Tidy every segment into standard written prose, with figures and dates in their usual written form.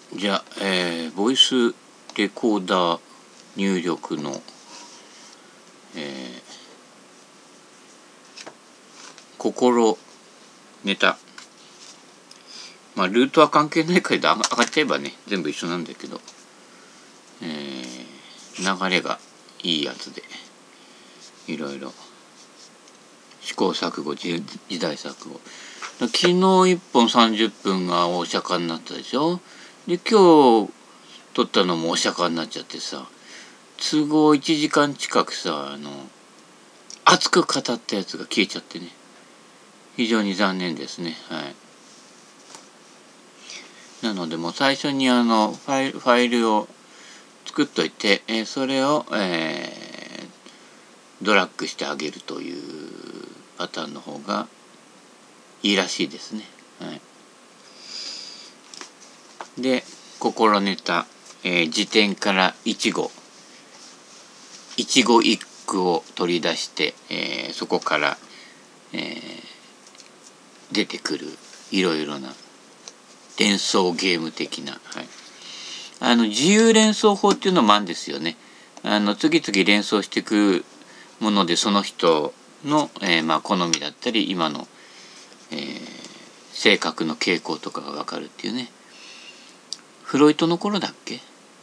じゃあ、ボイスレコーダー入力の、心ネタ。まあルートは関係ないけど上がっちゃえばね全部一緒なんだけど、流れがいいやつでいろいろ試行錯誤時代錯誤。昨日1本30分が大釈迦になったでしょ。で今日撮ったのも大釈迦になっちゃってさ、都合1時間近くさ熱く語ったやつが消えちゃってね、非常に残念ですね。はい。なのでもう最初にファイルを作っといて、それを、ドラッグしてあげるというパターンの方がいいらしいですね。はい。で心ネタ、辞典から一語一句を取り出して、そこから、出てくるいろいろな連想ゲーム的な、はい、自由連想法っていうのもあるんですよね。次々連想していくものでその人の、好みだったり今の、性格の傾向とかが分かるっていうね。フロイトの頃だっけ、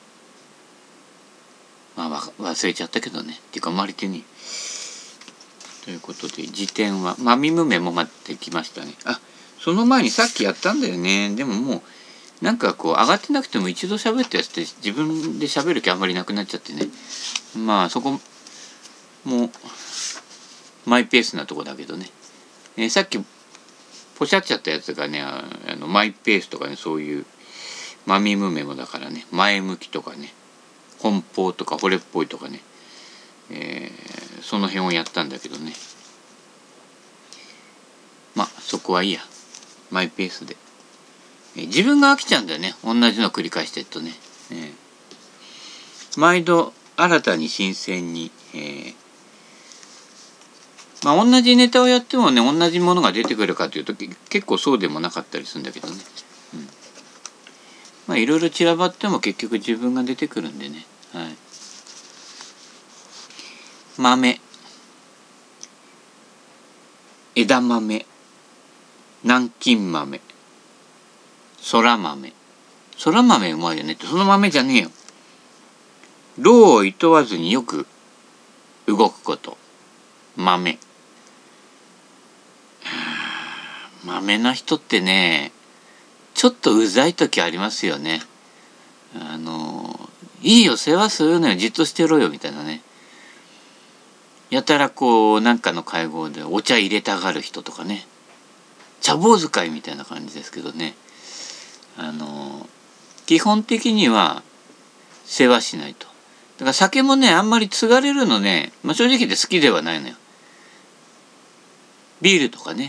忘れちゃったけどね。っていうか生まれてね。ということで辞典はミムメも待ってきましたね。その前にさっきやったんだよね。でももうなんかこう上がってなくても一度喋ったやつって自分で喋る気あんまりなくなっちゃってね。そこもマイペースなとこだけどね。さっきポシャっちゃったやつがね、マイペースとかね、そういうマミムメモだからね、前向きとかね、奔放とか惚れっぽいとかね、その辺をやったんだけどね。そこはいいや、マイペースで。自分が飽きちゃうんだよね、同じの繰り返してるとね。毎度新たに新鮮に、同じネタをやってもね同じものが出てくるかというと結構そうでもなかったりするんだけどね。いろいろ散らばっても結局自分が出てくるんでね。はい。豆、枝豆、南京豆、空豆。空豆うまいよねって、その豆じゃねえよ。労をいとわずによく動くこと。豆。豆な人ってね、ちょっとうざい時ありますよね。いいよ世話するのよ、じっとしてろよみたいなね。やたらこうなんかの会合でお茶入れたがる人とかね、茶坊主会みたいな感じですけどね。基本的には世話しないと。だから酒もねあんまり継がれるのね、正直言って好きではないのよ。ビールとかね、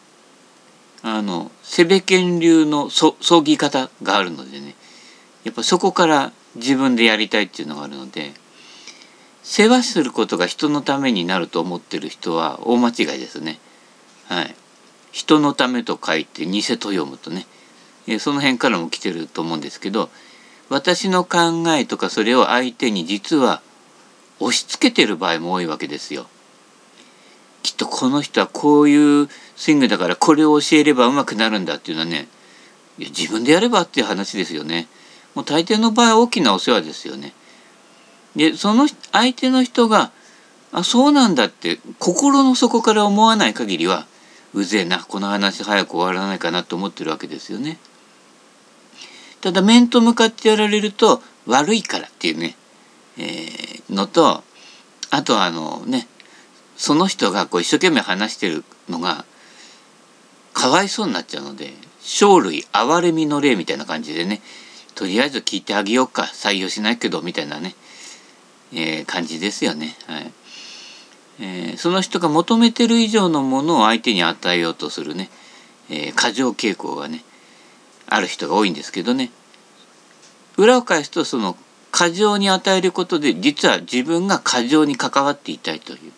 セベケン流の葬儀方があるのでね、やっぱそこから自分でやりたいっていうのがあるので、世話することが人のためになると思ってる人は大間違いですね。はい。人のためと書いて偽と読むとね、その辺からも来てると思うんですけど、私の考えとかそれを相手に実は押し付けてる場合も多いわけですよ。きっとこの人はこういうスイングだからこれを教えれば上手くなるんだっていうのはね、自分でやればっていう話ですよね。もう大抵の場合は大きなお世話ですよね。でその相手の人がそうなんだって心の底から思わない限りは、うぜえなこの話早く終わらないかなと思ってるわけですよね。ただ面と向かってやられると悪いからっていうね、のと、あとその人がこう一生懸命話してるのがかわいそうになっちゃうので、生類憐れみの例みたいな感じでね、とりあえず聞いてあげようか、採用しないけどみたいなね、感じですよね。はい。その人が求めてる以上のものを相手に与えようとするね、過剰傾向がねある人が多いんですけどね、裏を返すとその過剰に与えることで実は自分が過剰に関わっていたいという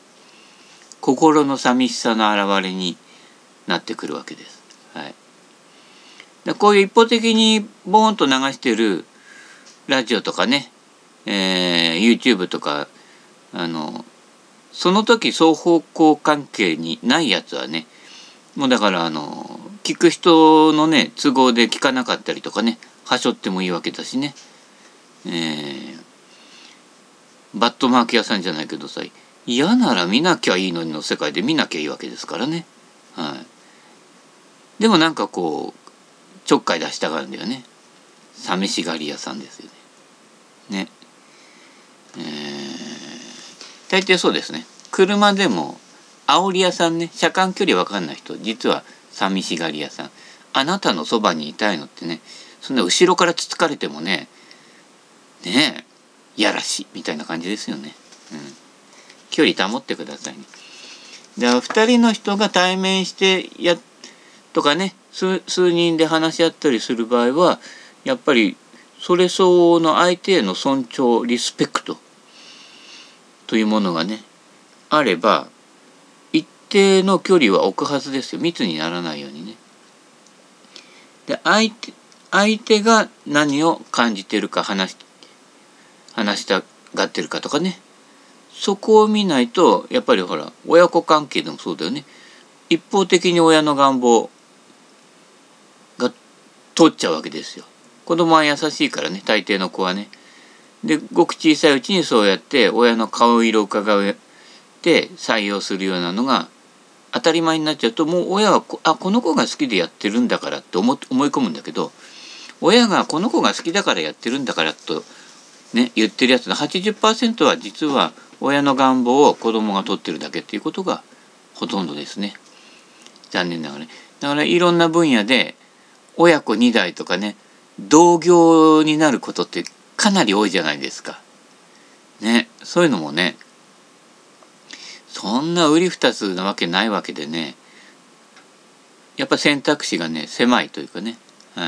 心の寂しさの表れになってくるわけです。はい。 こういう一方的にボーンと流してるラジオとかね、YouTube とかその時双方向関係にないやつはね、もうだから聞く人のね都合で聞かなかったりとかね、はしょってもいいわけだしね、バットマーク屋さんじゃないけどさ、嫌なら見なきゃいいのにの世界で見なきゃいいわけですからね。はい。でもなんかこうちょっかい出したがるんだよね。寂しがり屋さんですよね。大抵そうですね。車でも煽り屋さんね、車間距離わかんない人、実は寂しがり屋さん。あなたのそばにいたいのってね、そんな後ろからつつかれてもね、ねえ、やらしみたいな感じですよね。距離保ってくださいね。だから2人の人が対面してとかね、数人で話し合ったりする場合は、やっぱりそれ相応の相手への尊重、リスペクトというものがねあれば、一定の距離は置くはずですよ。密にならないようにね。で、相手が何を感じてるか、話したがってるかとかね、そこを見ないと、やっぱりほら親子関係でもそうだよね。一方的に親の願望が通っちゃうわけですよ。子供は優しいからね、大抵の子はね。で、ごく小さいうちにそうやって親の顔色を伺って採用するようなのが当たり前になっちゃうと、もう親はこの子が好きでやってるんだからって思い込むんだけど、親がこの子が好きだからやってるんだからとね言ってるやつの 80% は実は親の願望を子供が取ってるだけっていうことがほとんどですね。残念ながらね。だからいろんな分野で親子2代とかね、同業になることってかなり多いじゃないですか。ね、そういうのもね、そんな売り二つなわけないわけでね、やっぱ選択肢がね狭いというかね、はい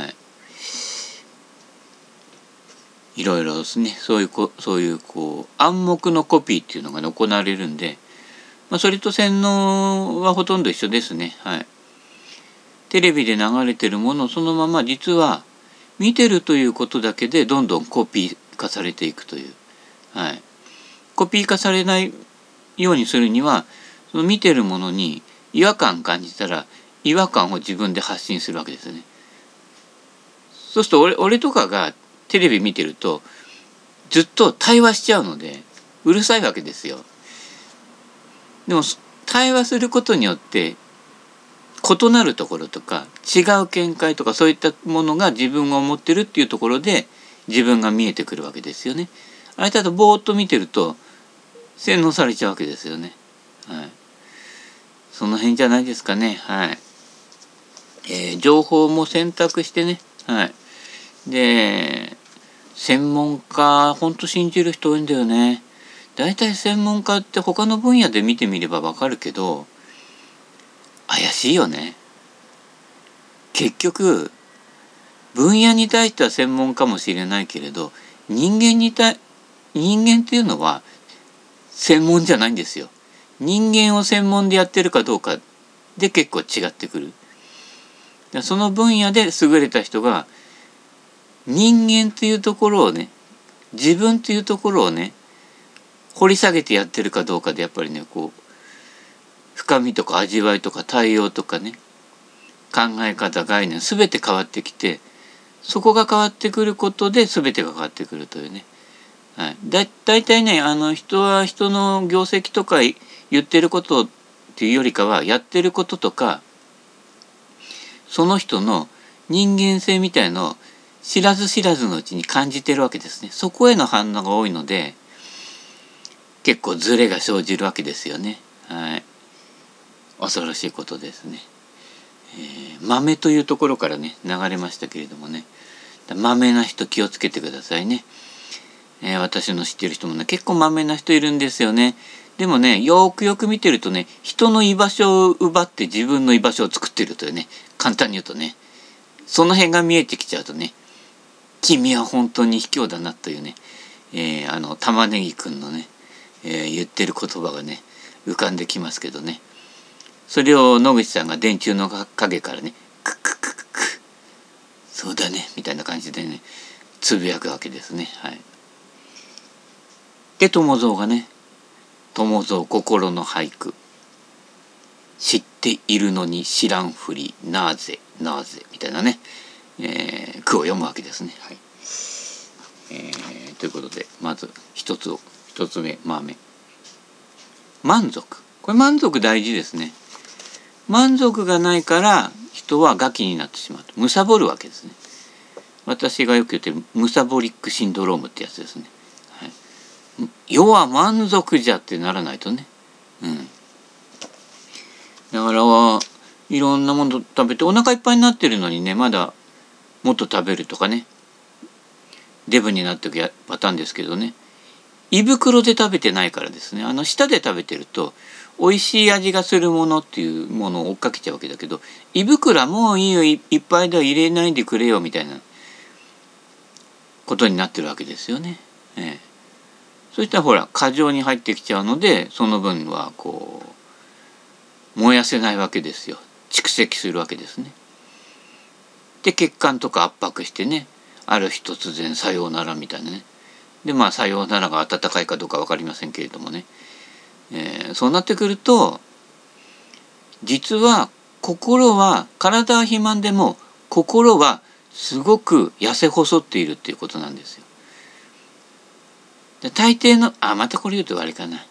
。いろいろですね、そういうこう暗黙のコピーっていうのが、ね、行われるんで、それと洗脳はほとんど一緒ですね。はい。テレビで流れてるものをそのまま実は見てるということだけでどんどんコピー化されていくという、はい。コピー化されないようにするには、その見てるものに違和感感じたら違和感を自分で発信するわけですよね。そうすると俺とかがテレビ見てるとずっと対話しちゃうのでうるさいわけですよ。でも対話することによって異なるところとか違う見解とかそういったものが自分が思ってるっていうところで自分が見えてくるわけですよね。あれだとぼーっと見てると洗脳されちゃうわけですよね。はい。その辺じゃないですかね。はい。情報も選択してね。はい。で、専門家ほんと信じる人多いんだよね。だいたい専門家って他の分野で見てみればわかるけど怪しいよね。結局分野に対しては専門かもしれないけれど、人間っていうのは専門じゃないんですよ。人間を専門でやってるかどうかで結構違ってくる。その分野で優れた人が人間というところをね、自分というところをね掘り下げてやってるかどうかでやっぱりね、こう深みとか味わいとか対応とかね、考え方概念全て変わってきて、そこが変わってくることで全てが変わってくるというね。はい、だいたいね、人は人の業績とか言ってることっていうよりかはやってることとかその人の人間性みたいのを知らず知らずのうちに感じてるわけですね。そこへの反応が多いので結構ズレが生じるわけですよね。はい。恐ろしいことですね。豆というところからね流れましたけれどもね、豆な人気をつけてくださいね。私の知ってる人もね結構豆な人いるんですよね。でもねよく見てるとね、人の居場所を奪って自分の居場所を作ってるというね、簡単に言うとね、その辺が見えてきちゃうとね、君は本当に卑怯だなというね、玉ねぎくんのね、言ってる言葉がね浮かんできますけどね、それを野口さんが電柱の陰からねクックックックッそうだねみたいな感じでねつぶやくわけですね。はい、で友蔵がね「友蔵心の俳句知っているのに知らんふりなぜなぜ」みたいなね、句を読むわけですね。はい、ということでまず一つ目満足。これ満足大事ですね。満足がないから人は餓鬼になってしまうと貪るわけですね。私がよく言ってるムサボリックシンドロームってやつですね。はい、要は満足じゃってならないとね。だからいろんなもの食べてお腹いっぱいになってるのにねまだもっと食べるとかねデブになっていくパターンですけどね、胃袋で食べてないからですね。舌で食べてると美味しい味がするものっていうものを追っかけちゃうわけだけど、胃袋はもういいよいっぱいでは入れないでくれよみたいなことになってるわけですよね。そしたらほら過剰に入ってきちゃうのでその分はこう燃やせないわけですよ。蓄積するわけですね。で血管とか圧迫してねある日突然さようならみたいなね。でさようならが温かいかどうか分かりませんけれどもね、そうなってくると実は心は体は肥満でも心はすごく痩せ細っているっていうことなんですよ。で大抵のまたこれ言うとあれかな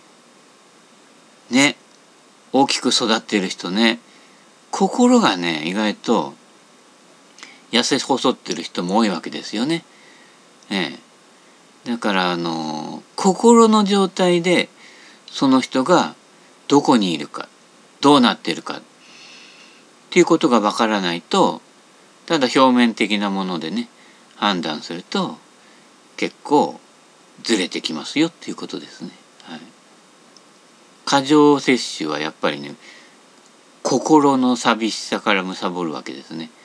ね、大きく育っている人ね心がね意外と痩せ細ってる人も多いわけですよね。だから心の状態でその人がどこにいるかどうなっているかっていうことがわからないとただ表面的なものでね判断すると結構ずれてきますよっていうことですね。はい、過剰摂取はやっぱりね心の寂しさから貪るわけですね。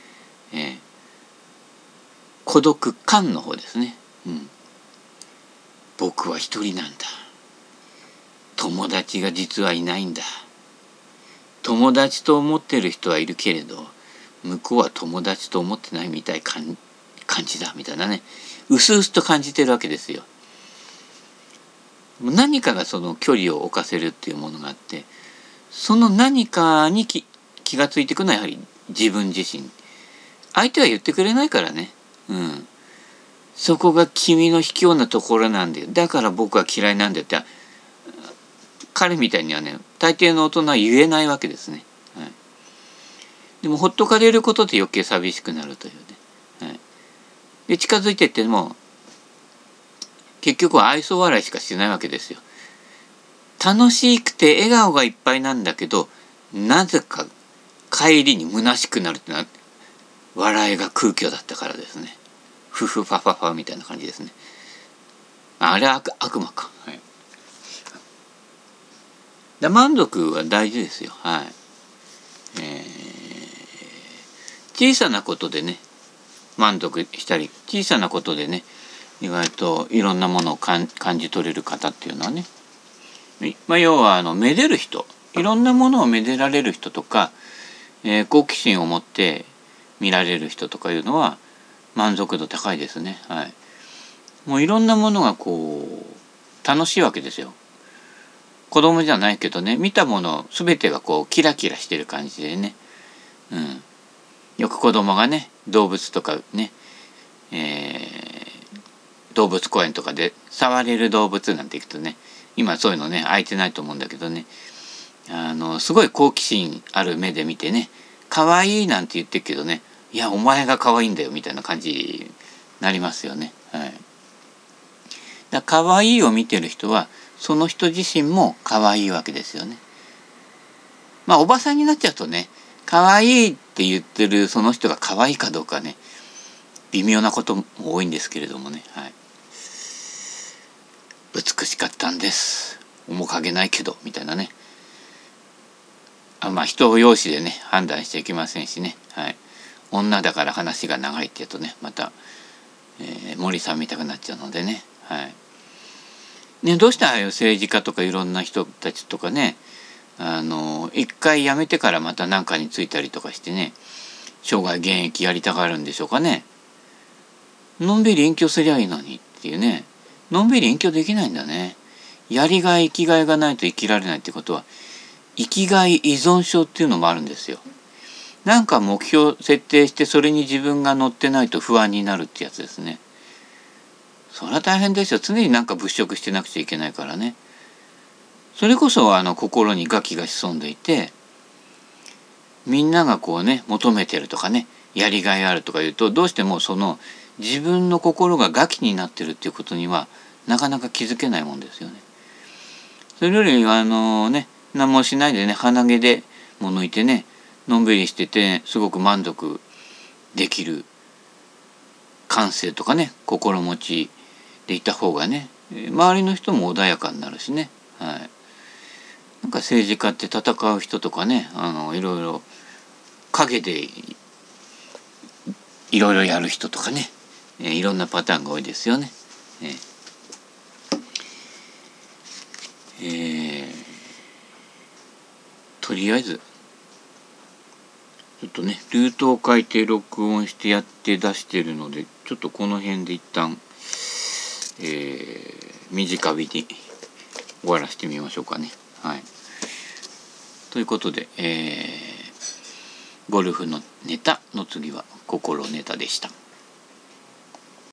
孤独感の方ですね。僕は一人なんだ。友達が実はいないんだ。友達と思ってる人はいるけれど向こうは友達と思ってないみたい感じだみたいなねうすうすと感じてるわけですよ。何かがその距離を置かせるっていうものがあってその何かに気がついていくのはやはり自分自身。相手は言ってくれないからね。そこが君の卑怯なところなんだよ。だから僕は嫌いなんだよって彼みたいにはね大抵の大人は言えないわけですね。でもほっとかれることで余計寂しくなるというね。で近づいていっても結局は愛想笑いしかしないわけですよ。楽しくて笑顔がいっぱいなんだけどなぜか帰りに虚しくなるってのは笑いが空虚だったからですね。フフファファファみたいな感じですね。あれは悪魔か。満足は大事ですよ。小さなことでね満足したり小さなことでね意外といろんなものを感じ取れる方っていうのはね、要はめでる人いろんなものをめでられる人とか、好奇心を持って見られる人とかいうのは満足度高いですね。もういろんなものがこう楽しいわけですよ。子供じゃないけどね見たもの全てがこうキラキラしてる感じでね、よく子供がね動物とかね、動物公園とかで触れる動物なんて行くとね今そういうのね空いてないと思うんだけどねすごい好奇心ある目で見てね可愛いなんて言ってるけどねいやお前が可愛いんだよみたいな感じになりますよね。だから可愛いを見てる人はその人自身も可愛いわけですよね。おばさんになっちゃうとね可愛いって言ってるその人が可愛いかどうかね微妙なことも多いんですけれどもね、美しかったんです面影ないけどみたいなね人を容姿でね判断しちゃいけませんしね、女だから話が長いって言うとねまた、森さん見たくなっちゃうのでね、どうしてああいう政治家とかいろんな人たちとかね一回辞めてからまた何かに就いたりとかしてね生涯現役やりたがるんでしょうかね。のんびり隠居すりゃいいのにっていうね。のんびり隠居できないんだね。やりがい生きがいがないと生きられないってことは、生きがい依存症っていうのもあるんですよ。なんか目標設定してそれに自分が乗ってないと不安になるってやつですね。それは大変ですよ。常になんか物色してなくちゃいけないからね。それこそ心に餓鬼が潜んでいて、みんながこうね求めてるとかねやりがいあるとか言うと、どうしてもその自分の心が餓鬼になってるっていうことにはなかなか気づけないもんですよね。それよりね何もしないでね鼻毛でも抜いてねのんびりしててすごく満足できる感性とかね心持ちでいた方がね周りの人も穏やかになるしね。はい。なんか政治家って戦う人とかねいろいろ陰でいろいろやる人とかね、いろんなパターンが多いですよね。とりあえずちょっとねルートを書いて録音してやって出してるので、ちょっとこの辺で一旦、短火に終わらせてみましょうかね。はい。ということで、ゴルフのネタの次は心ネタでした。